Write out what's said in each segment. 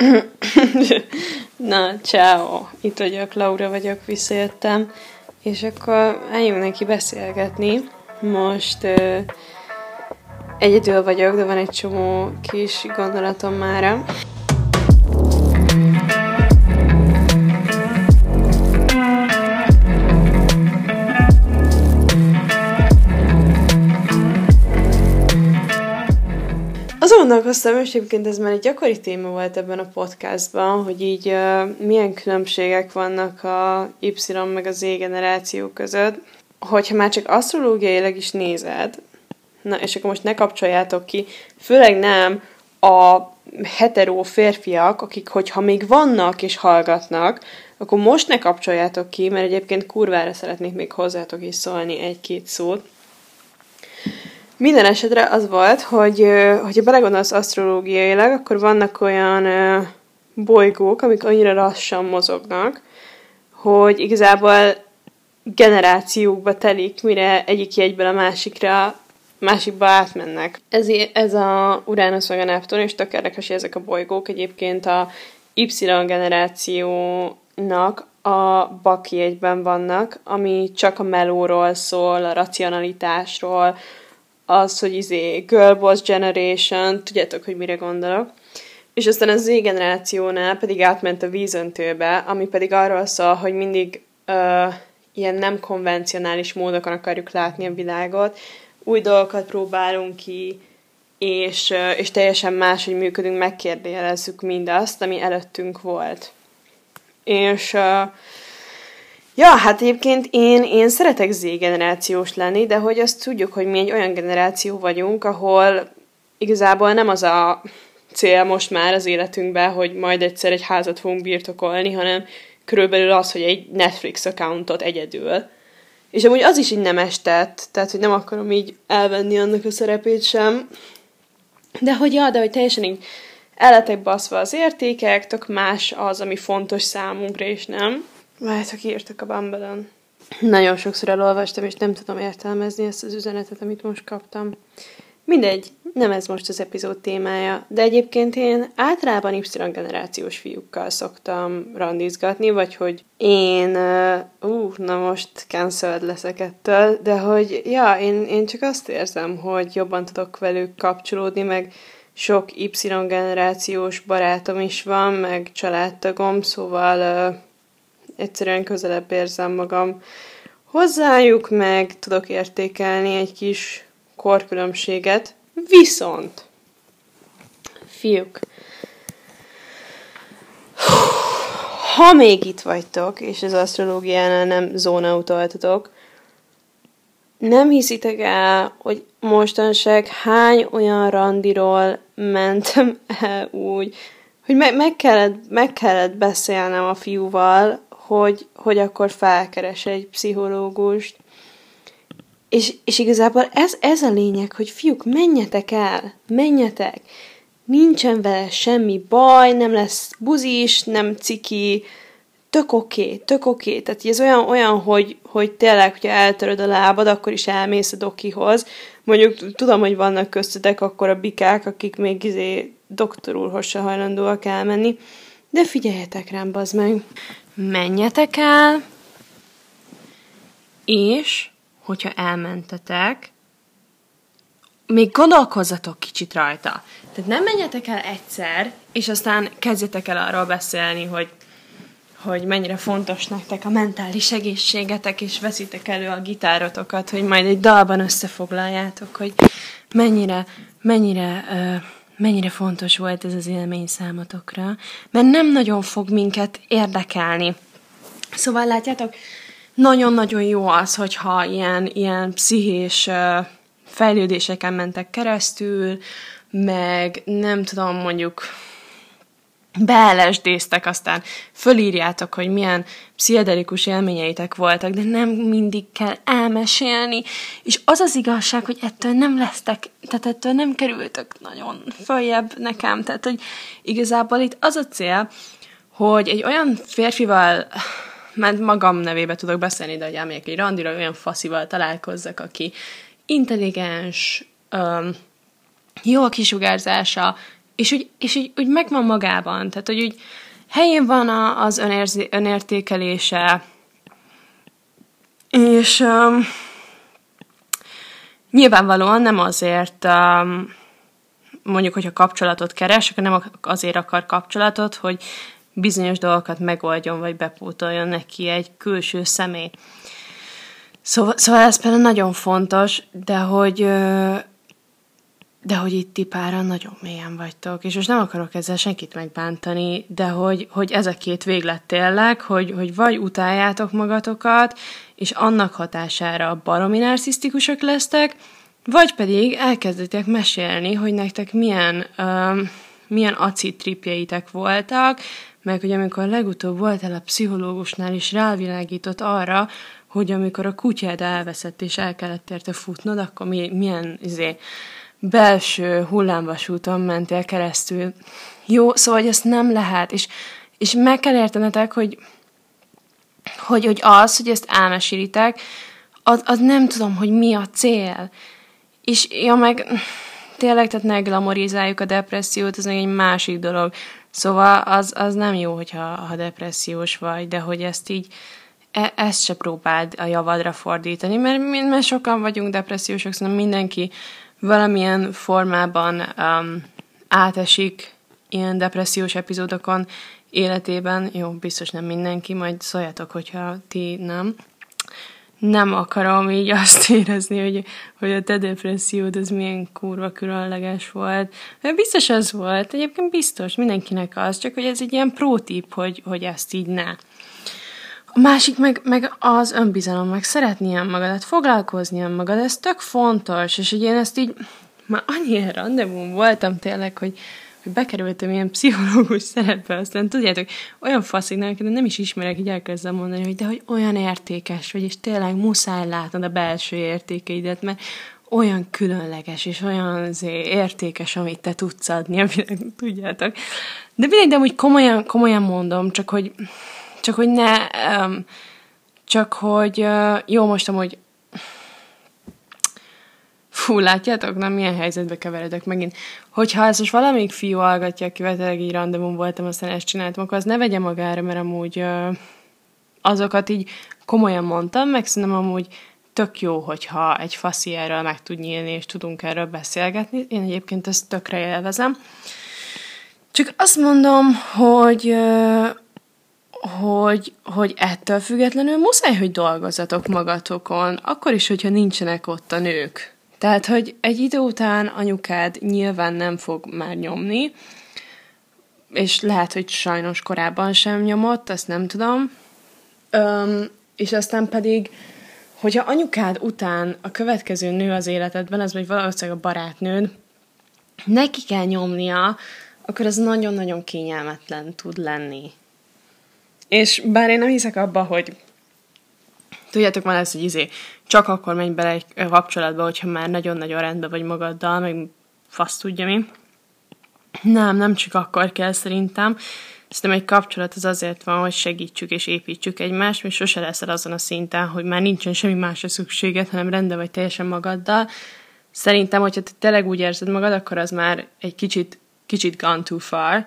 Na, ciao. Itt vagyok, Laura vagyok, visszajöttem. És akkor álljunk neki beszélgetni. Most egyedül vagyok, de van egy csomó kis gondolatom mára. Azon gondolkoztam, és egyébként ez már egy gyakori téma volt ebben a podcastban, hogy így milyen különbségek vannak a Y meg a Z generáció között. Hogyha már csak asztrológiailag is nézed, na és akkor most ne kapcsoljátok ki, főleg nem a hetero férfiak, akik hogyha még vannak és hallgatnak, akkor most ne kapcsoljátok ki, mert egyébként kurvára szeretnék még hozzátok is szólni egy-két szót. Minden esetre az volt, hogy ha belegondolsz asztrológiailag, akkor vannak olyan bolygók, amik annyira lassan mozognak, hogy igazából generációkba telik, mire egyik jegyből a másikba átmennek. Ez a Uranus meg a Neptun, és tök érdekes, hogy ezek a bolygók egyébként a Y generációnak a baki jegyben vannak, ami csak a melóról szól, a racionalitásról, az, hogy Girl Boss Generation, tudjátok, hogy mire gondolok. És aztán a Z generációnál pedig átment a vízöntőbe, ami pedig arról szól, hogy mindig ilyen nem konvencionális módokon akarjuk látni a világot, új dolgokat próbálunk ki, és teljesen máshogy működünk, megkérdőjelezzük mindazt, ami előttünk volt. És hát egyébként én szeretek Z-generációs lenni, de hogy azt tudjuk, hogy mi egy olyan generáció vagyunk, ahol igazából nem az a cél most már az életünkben, hogy majd egyszer egy házat fogunk birtokolni, hanem körülbelül az, hogy egy Netflix accountot egyedül. És amúgy az is így nem estett, tehát hogy nem akarom így elvenni annak a szerepét sem. De hogy teljesen így el lettek baszva az értékek, tök más az, ami fontos számunkra, és nem. Várjátok, írtak a Bumble-on. Nagyon sokszor elolvastam, és nem tudom értelmezni ezt az üzenetet, amit most kaptam. Mindegy, nem ez most az epizód témája, de egyébként én általában Y-generációs fiúkkal szoktam randizgatni, vagy hogy én, na most cancelled leszek ettől, de hogy, én csak azt érzem, hogy jobban tudok velük kapcsolódni, meg sok Y-generációs barátom is van, meg családtagom, szóval egyszerűen közelebb érzem magam hozzájuk, meg tudok értékelni egy kis korkülönbséget. Viszont, fiúk, ha még itt vagytok, és az asztrológiánál nem zónautoltatok, nem hiszitek el, hogy mostanság hány olyan randiról mentem el úgy, hogy meg kellett beszélnem a fiúval, hogy akkor felkeres egy pszichológust. És igazából ez a lényeg, hogy fiúk, menjetek. Nincsen vele semmi baj, nem lesz buzis, nem ciki, tök oké. Tehát ez olyan hogy tényleg, hogyha eltöröd a lábad, akkor is elmész a dokihoz. Mondjuk tudom, hogy vannak köztetek akkor a bikák, akik még doktor úrhoz se hajlandóak elmenni, de figyeljetek rám, bazd meg. Menjetek el, és hogyha elmentetek, még gondolkozzatok kicsit rajta. Tehát nem menjetek el egyszer, és aztán kezdjetek el arról beszélni, hogy mennyire fontos nektek a mentális egészségetek, és veszitek elő a gitárotokat, hogy majd egy dalban összefoglaljátok, hogy mennyire fontos volt ez az élmény számotokra, mert nem nagyon fog minket érdekelni. Szóval látjátok, nagyon-nagyon jó az, hogyha ilyen pszichés fejlődéseken mentek keresztül, meg nem tudom, mondjuk beelesdéztek, aztán fölírjátok, hogy milyen pszichedelikus élményeitek voltak, de nem mindig kell elmesélni, és az az igazság, hogy ettől nem lesztek, tehát ettől nem kerültök nagyon följebb nekem, tehát hogy igazából itt az a cél, hogy egy olyan férfival, mert magam nevébe tudok beszélni, de hogy elmegyek egy randira, olyan faszival találkozzak, aki intelligens, jó a kisugárzása, és úgy megvan magában, tehát hogy úgy helyén van az önértékelése, és nyilvánvalóan nem azért, mondjuk, hogyha kapcsolatot keres, akkor nem azért akar kapcsolatot, hogy bizonyos dolgokat megoldjon, vagy bepótoljon neki egy külső személy. Szóval ez például nagyon fontos, de hogy itt ti páran nagyon mélyen vagytok, és most nem akarok ezzel senkit megbántani, de hogy ez a két véglet tényleg, hogy vagy utáljátok magatokat, és annak hatására baromi narcisztikusok lesztek, vagy pedig elkezditek mesélni, hogy nektek milyen acid tripjeitek voltak, meg hogy amikor legutóbb voltál a pszichológusnál, és rávilágított arra, hogy amikor a kutyád elveszett, és el kellett érte futnod, akkor milyen belső hullámvasúton mentél keresztül. Jó, szóval, hogy ezt nem lehet, és meg kell értenetek, hogy hogy ezt elmesélitek, az nem tudom, hogy mi a cél. És ja, meg tényleg, tehát ne glamorizáljuk a depressziót, ez egy másik dolog. Szóval az nem jó, ha depressziós vagy, de hogy ezt így, ezt se próbáld a javadra fordítani, mert sokan vagyunk depressziósok, szóval mindenki valamilyen formában átesik ilyen depressziós epizódokon életében. Jó, biztos nem mindenki, majd szóljatok, hogyha ti nem. Nem akarom így azt érezni, hogy a te depressziód az milyen kurva különleges volt. Mert biztos az volt, egyébként biztos, mindenkinek az, csak hogy ez egy ilyen pro-tip, hogy ezt így ne. A másik meg az önbizalom, meg szeretni magadat, foglalkozni magad, ez tök fontos, és hogy én ezt így, már annyira randevún voltam tényleg, hogy bekerültem ilyen pszichológus szerepbe, aztán tudjátok, olyan faszinálok, de nem is ismerek, így elkezdem mondani, hogy de hogy olyan értékes vagy, és tényleg muszáj látnod a belső értékeidet, mert olyan különleges, és olyan értékes, amit te tudsz adni, tudjátok. De mindegy, de úgy komolyan mondom, csak hogy ne, csak hogy jó, most amúgy fú, látjátok, nem milyen helyzetbe keveredek megint. Hogyha ezt most valamelyik fiú hallgatja, akivel tényleg így randevum voltam, aztán ezt csináltam, akkor az ne vegye magára, mert amúgy azokat így komolyan mondtam, meg szerintem amúgy tök jó, hogyha egy faszi erről meg tud nyílni, és tudunk erről beszélgetni. Én egyébként ezt tökre élvezem. Csak azt mondom, hogy ettől függetlenül muszáj, hogy dolgozzatok magatokon, akkor is, hogyha nincsenek ott a nők. Tehát, hogy egy idő után anyukád nyilván nem fog már nyomni, és lehet, hogy sajnos korábban sem nyomott, azt nem tudom. És aztán pedig, hogyha anyukád után a következő nő az életedben, az vagy valószínűleg a barátnőd, neki kell nyomnia, akkor az nagyon-nagyon kényelmetlen tud lenni. És bár én nem hiszek abba, hogy tudjátok, már lesz, hogy csak akkor menj bele egy kapcsolatba, hogyha már nagyon-nagyon rendben vagy magaddal, meg fasz tudja mi. Nem csak akkor kell szerintem. Szerintem egy kapcsolat az azért van, hogy segítsük és építsük egymást, és sose leszel azon a szinten, hogy már nincsen semmi másra szükséged, hanem rendben vagy teljesen magaddal. Szerintem, hogyha te tényleg úgy érzed magad, akkor az már egy kicsit gone too far.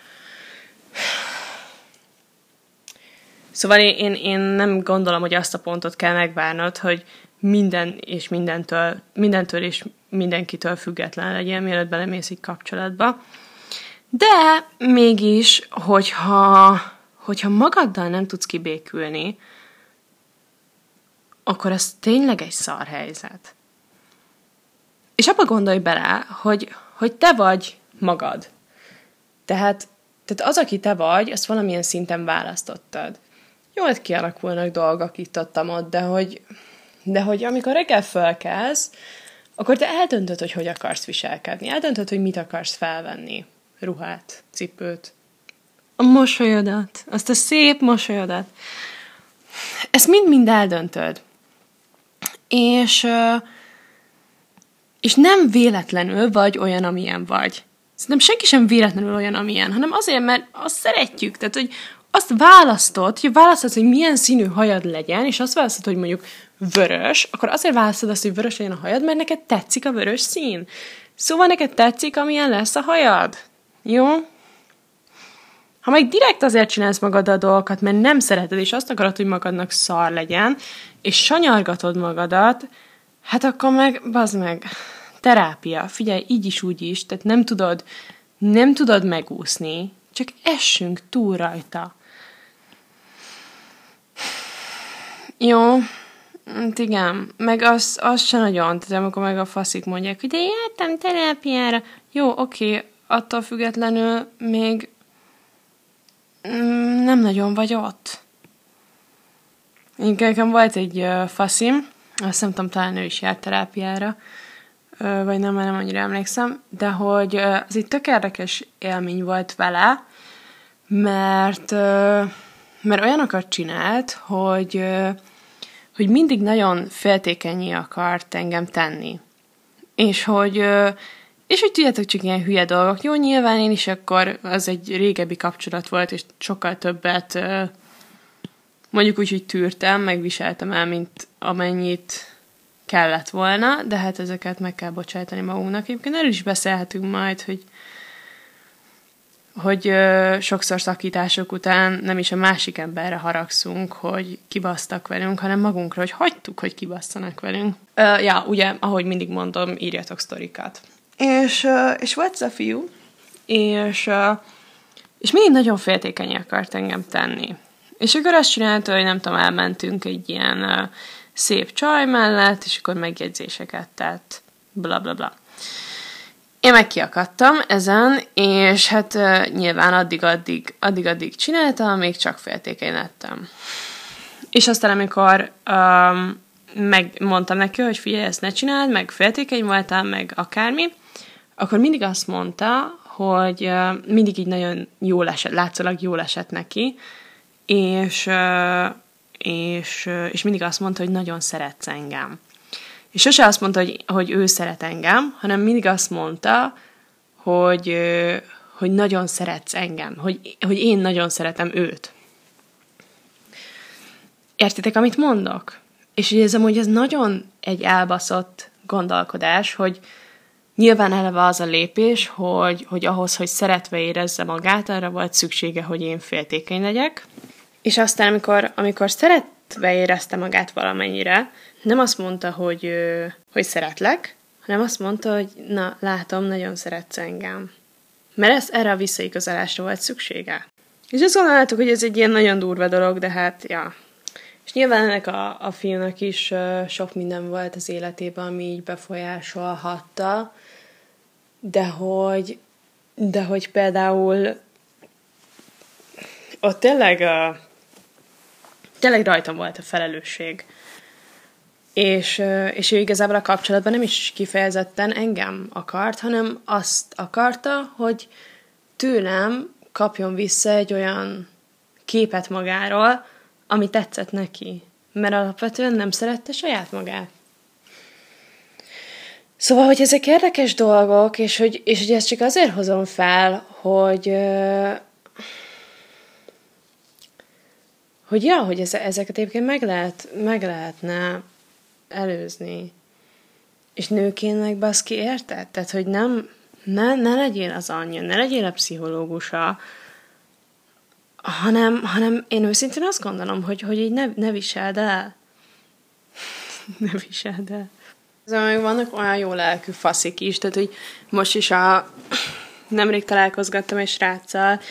Szóval én nem gondolom, hogy azt a pontot kell megvárnod, hogy minden és mindentől és mindenkitől független legyen, mielőtt belemész egy kapcsolatba. De mégis, hogyha magaddal nem tudsz kibékülni, akkor az tényleg egy szar helyzet. És abba gondolj bele, hogy te vagy magad. Tehát az, aki te vagy, azt valamilyen szinten választottad. Jól kialakulnak dolgok itt-ott, de hogy amikor reggel fölkelsz, akkor te eldöntöd, hogy akarsz viselkedni. Eldöntöd, hogy mit akarsz felvenni. Ruhát, cipőt. A mosolyodat. Azt a szép mosolyodat. Ezt mind-mind eldöntöd. És nem véletlenül vagy olyan, amilyen vagy. Szerintem senki sem véletlenül olyan, amilyen, hanem azért, mert azt szeretjük. Tehát, hogy azt választod, hogy milyen színű hajad legyen, és azt választod, hogy mondjuk vörös, akkor azért választod azt, hogy vörös legyen a hajad, mert neked tetszik a vörös szín. Szóval neked tetszik, amilyen lesz a hajad. Jó? Ha meg direkt azért csinálsz magaddal dolgokat, mert nem szereted, és azt akarod, hogy magadnak szar legyen, és sanyargatod magadat, hát akkor meg, bazd meg, terápia. Figyelj, így is, úgy is, tehát nem tudod megúszni, csak essünk túl rajta. Jó, igen, meg az se nagyon, tehát amikor meg a faszik mondják, hogy de jártam terápiára. Jó, oké, attól függetlenül még nem nagyon vagy ott. Nekem volt egy faszim, azt nem tudom, talán ő is járt terápiára, vagy nem, már nem annyira emlékszem, de hogy az egy tök érdekes élmény volt vele, mert olyanokat csinált, hogy mindig nagyon féltékenyé akart engem tenni. És hogy tudjátok, csak ilyen hülye dolgok. Jó, nyilván én is akkor, az egy régebbi kapcsolat volt, és sokkal többet mondjuk úgy, hogy tűrtem, megviseltem el, mint amennyit kellett volna, de hát ezeket meg kell bocsájtani magunknak. Egyébként erről is beszélhetünk majd, hogy sokszor szakítások után nem is a másik emberre haragszunk, hogy kibasztak velünk, hanem magunkra, hogy hagytuk, hogy kibasszanak velünk. Ugye, ahogy mindig mondom, írjatok sztorikat. És volt ez a fiú, és mindig nagyon féltékeny akart engem tenni. És akkor azt csinálta, hogy nem tudom, elmentünk egy ilyen szép csaj mellett, és akkor megjegyzéseket tett, bla bla bla. Én meg kiakadtam ezen, és hát nyilván addig csináltam, amíg csak féltékeny lettem. És aztán, amikor megmondtam neki, hogy figyelj, ezt ne csináld, meg féltékeny voltam, meg akármi, akkor mindig azt mondta, hogy mindig így nagyon jól esett, látszólag jól esett neki, és mindig azt mondta, hogy nagyon szeretsz engem. És sose azt mondta, hogy ő szeret engem, hanem mindig azt mondta, hogy nagyon szeretsz engem, hogy én nagyon szeretem őt. Értitek, amit mondok? És érzem, hogy ez nagyon egy elbaszott gondolkodás, hogy nyilván eleve az a lépés, hogy ahhoz, hogy szeretve érezze magát, arra volt szüksége, hogy én féltékeny legyek. És aztán, amikor szeretve érezte magát valamennyire, nem azt mondta, hogy szeretlek, hanem azt mondta, hogy na, látom, nagyon szeretsz engem. Mert erre a visszaigazolásra volt szüksége. És azt gondoltuk, hogy ez egy ilyen nagyon durva dolog, de hát, ja. És nyilván ennek a fiúnak is sok minden volt az életében, ami így befolyásolhatta, de hogy például ott tényleg rajtam volt a felelősség. És ő igazából a kapcsolatban nem is kifejezetten engem akart, hanem azt akarta, hogy tőlem kapjon vissza egy olyan képet magáról, ami tetszett neki. Mert alapvetően nem szerette saját magát. Szóval, hogy ezek érdekes dolgok, és hogy ezt csak azért hozom fel, hogy ezeket egyébként meg lehetne előzni. És nőként meg baszki, érted? Tehát, hogy ne legyél az anyja, ne legyél a pszichológusa, hanem én őszintén azt gondolom, hogy így ne viseld el. Ne viseld el. Szóval még vannak olyan jó lelkű faszik is, tehát, hogy most is nemrég találkozgattam egy sráccal,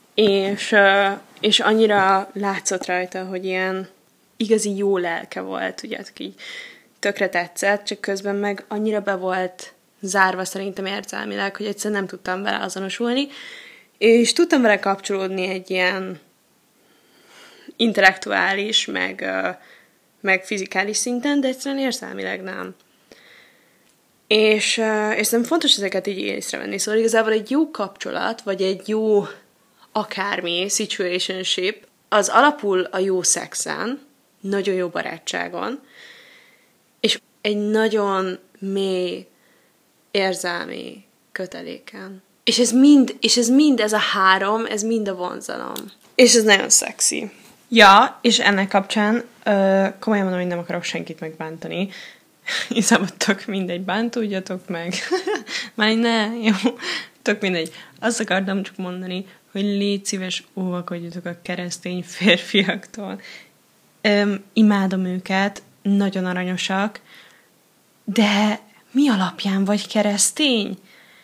és annyira látszott rajta, hogy ilyen igazi jó lelke volt, ugye, így tökre tetszett, csak közben meg annyira be volt zárva szerintem érzelmileg, hogy egyszerűen nem tudtam vele azonosulni, és tudtam vele kapcsolódni egy ilyen intellektuális, meg fizikális szinten, de egyszerűen érzelmileg nem. És szerintem fontos ezeket így észrevenni. Szóval igazából egy jó kapcsolat, vagy egy jó akármi situationship, az alapul a jó szexen, nagyon jó barátságon, és egy nagyon mély érzelmi köteléken. És ez mind ez a három, ez mind a vonzalom. És ez nagyon szexi. Ja, és ennek kapcsán komolyan mondom, hogy nem akarok senkit megbántani. Hiszem, tök mindegy, bántódjatok meg. Már ne, jó. Tök mindegy. Azt akartam csak mondani, hogy légy szíves, óvakodjatok a keresztény férfiaktól. Imádom őket, nagyon aranyosak, de mi alapján vagy keresztény?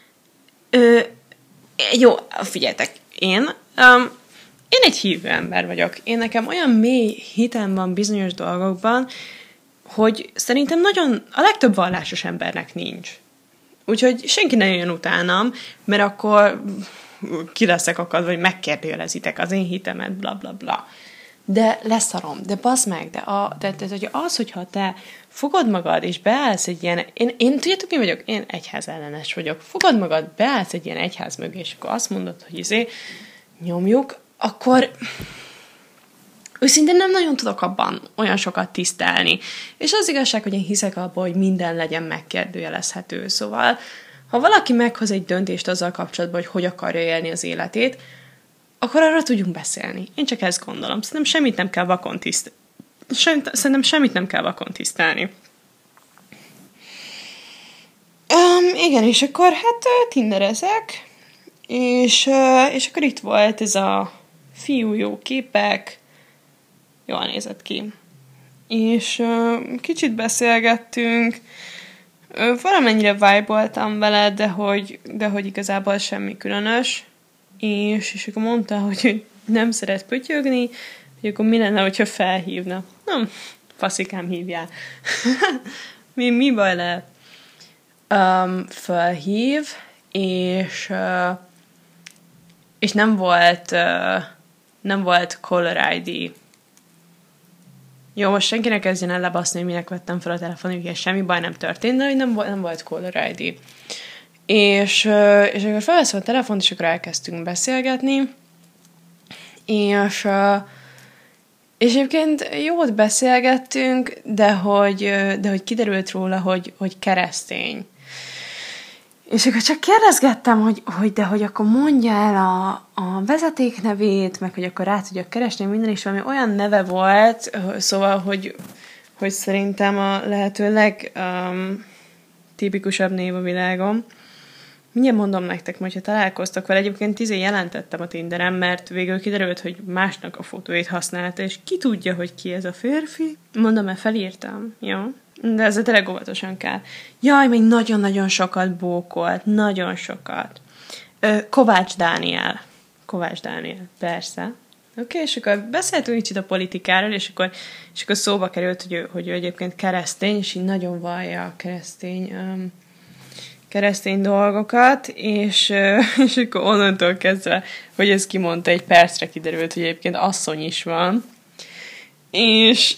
Jó, figyeljetek, én egy hívő ember vagyok. Én nekem olyan mély hitem van bizonyos dolgokban, hogy szerintem a legtöbb vallásos embernek nincs. Úgyhogy senki ne jöjjön utánam, mert akkor ki leszek akadva, hogy megkérdőjelezitek az én hitemet, bla bla bla. De leszarom, de bazd meg, hogy az, hogyha te fogod magad, és beállsz egy ilyen, én tudjátok mi vagyok? Én egyház ellenes vagyok. Fogod magad, beállsz egy ilyen egyház mögé, és akkor azt mondod, hogy nyomjuk, akkor őszintén nem nagyon tudok abban olyan sokat tisztelni. És az igazság, hogy én hiszek abban, hogy minden legyen megkérdőjelezhető. Szóval, ha valaki meghoz egy döntést azzal kapcsolatban, hogy akarja élni az életét, akkor arra tudjunk beszélni. Én csak ezt gondolom. Szerintem semmit nem kell vakon tisztelni. Igen, és akkor tinderezek, és akkor itt volt ez a fiú, jó képek, jól nézett ki. És kicsit beszélgettünk, valamennyire vibe-oltam vele, de hogy igazából semmi különös. És akkor mondta, hogy nem szeret pötyögni, hogy akkor mi lenne, hogyha felhívna. Nem, faszikám, hívjál. mi baj le? Felhív, és nem volt caller ID. Jó, most senki ne kezdjen el lebaszni, hogy minek vettem fel a telefonjuk, és semmi baj nem történt, de hogy nem volt caller ID. És akkor felveszem a telefont, és akkor elkezdtünk beszélgetni, és egyébként jót beszélgettünk, de hogy kiderült róla, hogy keresztény. És akkor csak kérdezgettem, hogy akkor mondja el a vezetéknevét, meg hogy akkor rá tudjak keresni minden, és valami olyan neve volt, szóval, hogy szerintem a lehető legtipikusabb név a világon. Mindjárt mondom nektek, hogyha találkoztak vele, egyébként jelentettem a Tinderen, mert végül kiderült, hogy másnak a fotóit használta, és ki tudja, hogy ki ez a férfi. Mondom, mert felírtam, jó? De ezzel tényleg óvatosan kell. Jaj, még nagyon-nagyon sokat bókolt, nagyon sokat. Kovács Dániel, persze. Oké, és akkor beszéltünk kicsit a politikáról, és akkor szóba került, hogy ő egyébként keresztény, és így nagyon vallja a keresztény dolgokat, és akkor onnantól kezdve, hogy ez kimondta, egy percre kiderült, hogy egyébként asszony is van. És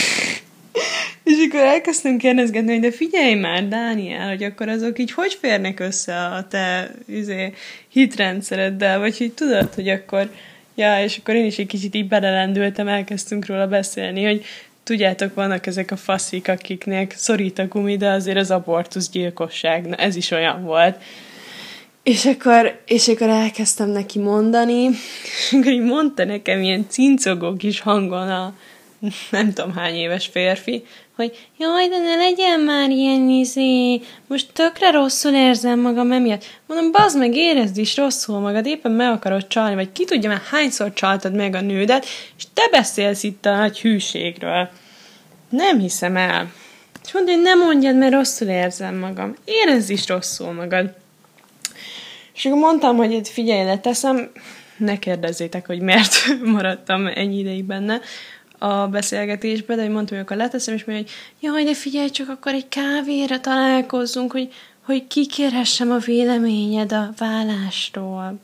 akkor elkezdtem kérdezgetni, hogy de figyelj már, Dániel, hogy akkor azok így hogy férnek össze a te hitrendszereddel, vagy hogy tudod, hogy akkor, ja, és akkor én is egy kicsit így belelendültem, elkezdtünk róla beszélni, hogy tudjátok, vannak ezek a faszik, akiknek szorít a gumi, de azért az abortusz gyilkosság. Na, ez is olyan volt. És akkor elkezdtem neki mondani, és akkor így mondta nekem ilyen cincogó kis hangon a nem tudom hány éves férfi, hogy jaj, de ne legyen már ilyen most tökre rosszul érzem magam emiatt. Mondom, bazd meg, érezd is rosszul magad, éppen meg akarod csalni, vagy ki tudja már hányszor csaltad meg a nődet, és te beszélsz itt a nagy hűségről. Nem hiszem el. És mondja, hogy nem mondjad, mert rosszul érzem magam. Érezd is rosszul magad. És akkor mondtam, hogy figyelj, leteszem, ne kérdezzétek, hogy miért maradtam ennyi ideig benne a beszélgetésbe, de hogy mondtam, hogy akkor leteszem, és mondja, hogy jaj, de figyelj, csak akkor egy kávéra találkozzunk, hogy kikérhessem a véleményed a vállásról.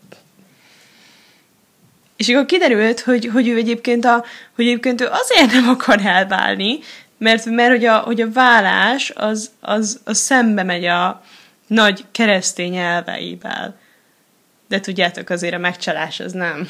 És akkor kiderült, hogy ő egyébként ő azért nem akar elválni, mert hogy a vállás az szembe megy a nagy keresztény elveivel. De tudjátok, azért a megcsalás az nem.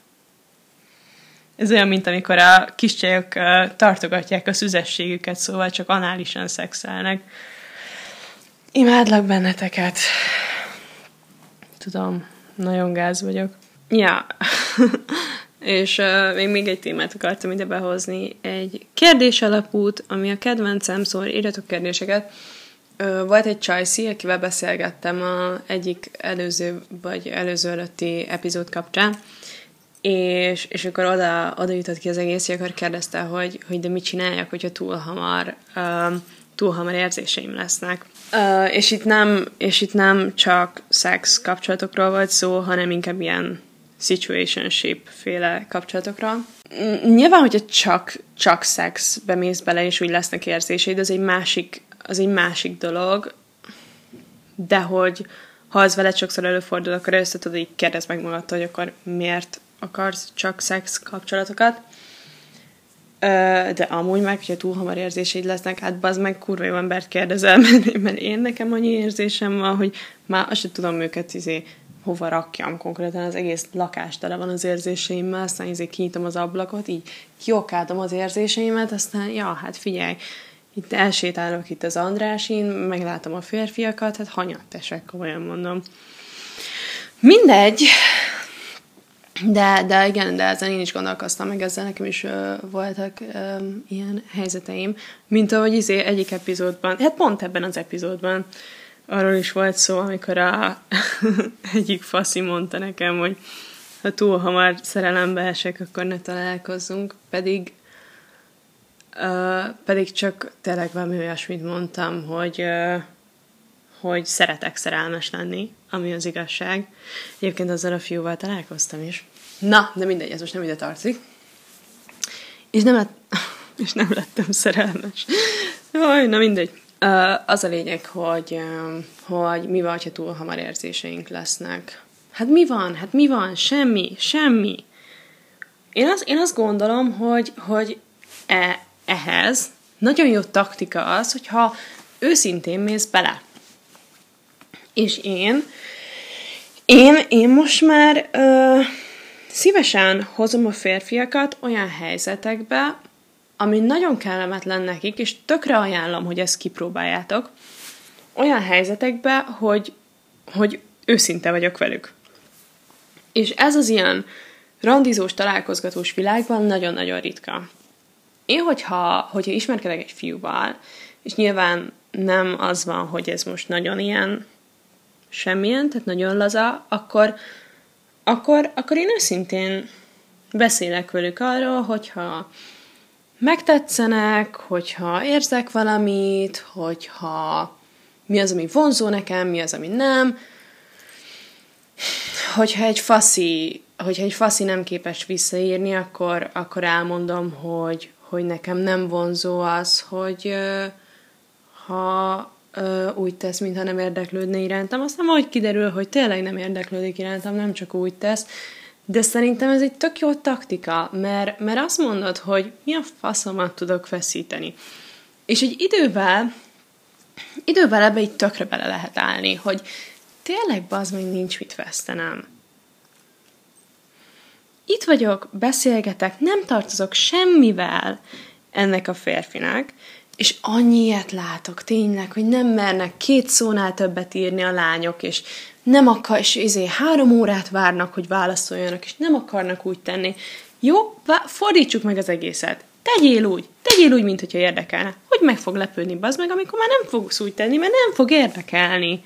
Ez olyan, mint amikor a kis csajok tartogatják a szüzességüket, szóval csak análisan szexelnek. Imádlak benneteket. Tudom, nagyon gáz vagyok. Ja, és még egy témát akartam ide behozni. Egy kérdés alapút, ami a kedvencem, szóval írjatok kérdéseket. Volt egy csajszi, akivel beszélgettem egyik előző vagy előző előtti epizód kapcsán, és akkor oda jutott ki az egész, akkor kérdezte, hogy de mit csináljak, hogyha túl hamar érzéseim lesznek. És itt nem csak szex kapcsolatokról volt szó, hanem inkább ilyen situationship-féle kapcsolatokról. Nyilván, hogyha csak szexbe mész bele, és úgy lesznek érzéseid, az egy másik dolog, de hogy ha az veled sokszor előfordul, akkor először tudod, így kérdezd meg magadtól, hogy akkor miért akarsz csak szex kapcsolatokat. De amúgy meg, hogyha túl hamar érzéseid lesznek, hát bazd meg, kurva jó embert kérdezel, mert én nekem annyi érzésem van, hogy már azt sem tudom őket hova rakjam konkrétan, az egész lakás tele van az érzéseimmel, aztán kinyitom az ablakot, így kiokáltam az érzéseimet, aztán hát figyelj, itt elsétálok itt az Andrásin, meglátom a férfiakat, hát hanyat esek, komolyan mondom. Mindegy, de igen, de ezen én is gondolkoztam, meg ezzel nekem is voltak ilyen helyzeteim, mint ahogy egyik epizódban, hát pont ebben az epizódban arról is volt szó, amikor egyik faszi mondta nekem, hogy ha túl hamar szerelembe esek, akkor ne találkozzunk, pedig csak tényleg valami olyasmit mondtam, hogy szeretek szerelmes lenni, ami az igazság. Egyébként azzal a fiúval találkoztam is. Na, de mindegy, ez most nem ide tartozik. És nem lettem szerelmes. Jaj, na mindegy. Az a lényeg, hogy mi van, ha túl hamar érzéseink lesznek. Hát mi van? Semmi. Én azt gondolom, hogy ehhez nagyon jó taktika az, hogyha őszintén mész bele. És én most már szívesen hozom a férfiakat olyan helyzetekbe, ami nagyon kellemetlen nekik, és tökre ajánlom, hogy ezt kipróbáljátok, olyan helyzetekbe, hogy őszinte vagyok velük. És ez az ilyen randizós, találkozgatós világban nagyon-nagyon ritka. Én, hogyha ismerkedek egy fiúval, és nyilván nem az van, hogy ez most nagyon ilyen semmilyen, tehát nagyon laza, akkor én őszintén beszélek velük arról, hogyha megtetszenek, hogyha érzek valamit, hogyha mi az, ami vonzó nekem, mi az, ami nem. Hogyha egy faszi nem képes visszaírni, akkor elmondom, hogy nekem nem vonzó az, hogy ha úgy tesz, mintha nem érdeklődne irántam. Aztán majd kiderül, hogy tényleg nem érdeklődik irántam, nem csak úgy tesz. De szerintem ez egy tök jó taktika, mert azt mondod, hogy mi a faszomat tudok feszíteni. És egy idővel ebbe így tökre bele lehet állni, hogy tényleg bazd meg nincs mit vesztenem. Itt vagyok, beszélgetek, nem tartozok semmivel ennek a férfinak, és annyi ilyet látok tényleg, hogy nem mernek 2 szónál többet írni a lányok, és nem akar, és 3 órát várnak, hogy válaszoljanak, és nem akarnak úgy tenni. Jó, fordítsuk meg az egészet. Tegyél úgy, mint hogyha érdekelne. Hogy meg fog lepődni, bazd meg, amikor már nem fogsz úgy tenni, mert nem fog érdekelni.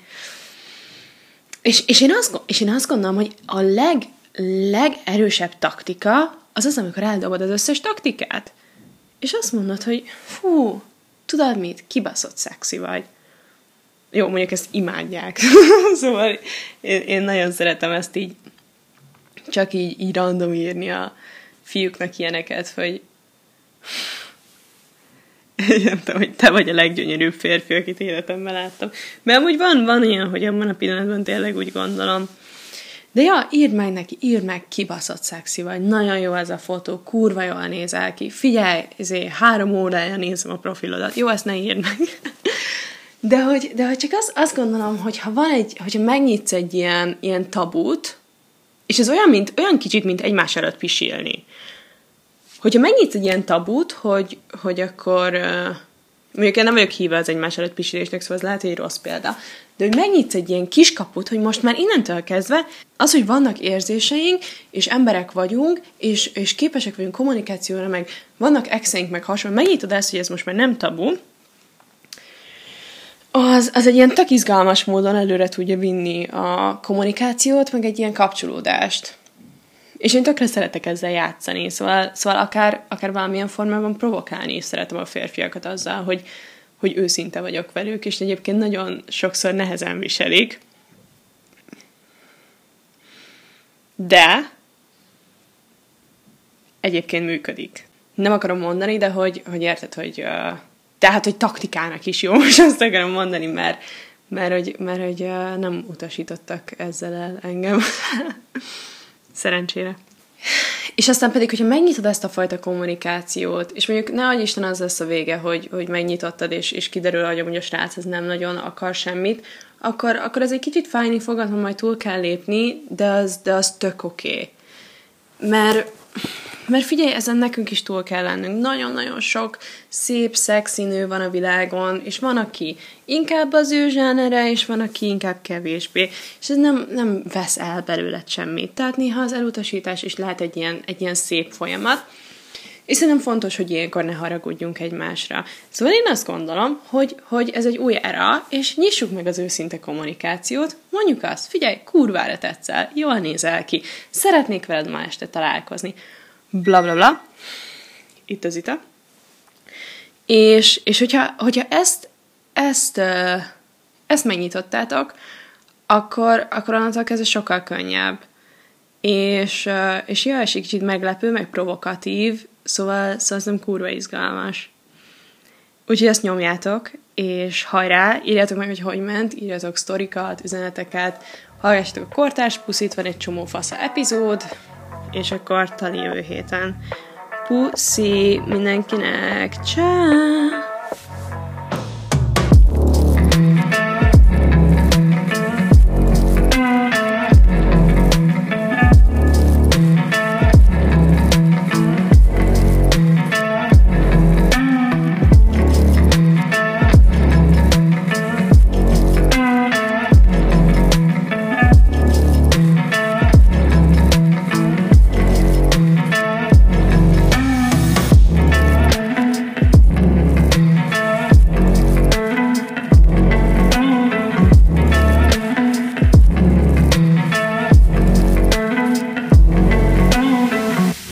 És én azt gondolom, hogy a legerősebb taktika az, amikor eldobod az összes taktikát. És azt mondod, hogy fú, tudod mit? Kibaszott szexi vagy. Jó, mondjuk ezt imádják. Szóval én nagyon szeretem ezt így csak így random írni a fiúknak ilyeneket, hogy nem tudom, hogy te vagy a leggyönyörűbb férfi, akit életemben láttam. Mert amúgy van ilyen, hogy abban a pillanatban tényleg úgy gondolom. De ja, írd meg, kibaszott szexi vagy, nagyon jó ez a fotó, kurva jól nézel ki, figyelj, 3 órája nézem a profilodat, jó, ezt ne írd meg. De hogy csak azt gondolom, hogy hogyha megnyitsz egy ilyen tabut, és ez olyan kicsit, mint egymás előtt pisilni. Hogyha megnyitsz egy ilyen tabut, hogy akkor, mondjuk én nem vagyok híve az egymás előtt pisilésnek, szóval ez lehet, hogy egy rossz példa, de hogy megnyitsz egy ilyen kiskaput, hogy most már innentől kezdve az, hogy vannak érzéseink, és emberek vagyunk, és képesek vagyunk kommunikációra, meg vannak exeink, meg hasonló, megnyitod ezt, hogy ez most már nem tabu, az egy ilyen tök izgalmas módon előre tudja vinni a kommunikációt, meg egy ilyen kapcsolódást. És én tökre szeretek ezzel játszani, szóval akár valamilyen formában provokálni is szeretem a férfiakat azzal, hogy őszinte vagyok velük, és egyébként nagyon sokszor nehezen viselik. De egyébként működik. Nem akarom mondani, de hogy érted, hogy tehát, hogy taktikának is jó, most azt akarom mondani, mert hogy nem utasítottak ezzel el engem. Szerencsére. És aztán pedig, hogyha megnyitod ezt a fajta kommunikációt, és mondjuk ne adj Isten az lesz a vége, hogy megnyitottad, és kiderül, hogy a srác ez nem nagyon akar semmit, akkor ez egy kicsit fájni fog, majd túl kell lépni, de az tök oké. Mert figyelj, ezen nekünk is túl kell lennünk. Nagyon-nagyon sok szép, szexi nő van a világon, és van, aki inkább az ő zsánere, és van, aki inkább kevésbé. És ez nem vesz el belőled semmit. Tehát néha az elutasítás is lehet egy ilyen szép folyamat. És szerintem fontos, hogy ilyenkor ne haragudjunk egymásra. Szóval én azt gondolom, hogy ez egy új era, és nyissuk meg az őszinte kommunikációt, mondjuk azt, figyelj, kurvára tetszel, jól nézel ki, szeretnék veled ma este találkozni. Bla bla bla. Itt az ita. És hogyha ezt megnyitottátok, akkor onnantól kezdve sokkal könnyebb. És kicsit meglepő, meg provokatív, szóval nem kurva izgalmas. Úgyhogy ezt nyomjátok, és hajrá, írjátok meg, hogy ment, írjatok sztorikat, üzeneteket, hallgassatok a Kortárs Puszit, van egy csomó fasza epizód, és akkor tali jövő héten. Puszi mindenkinek, ciao.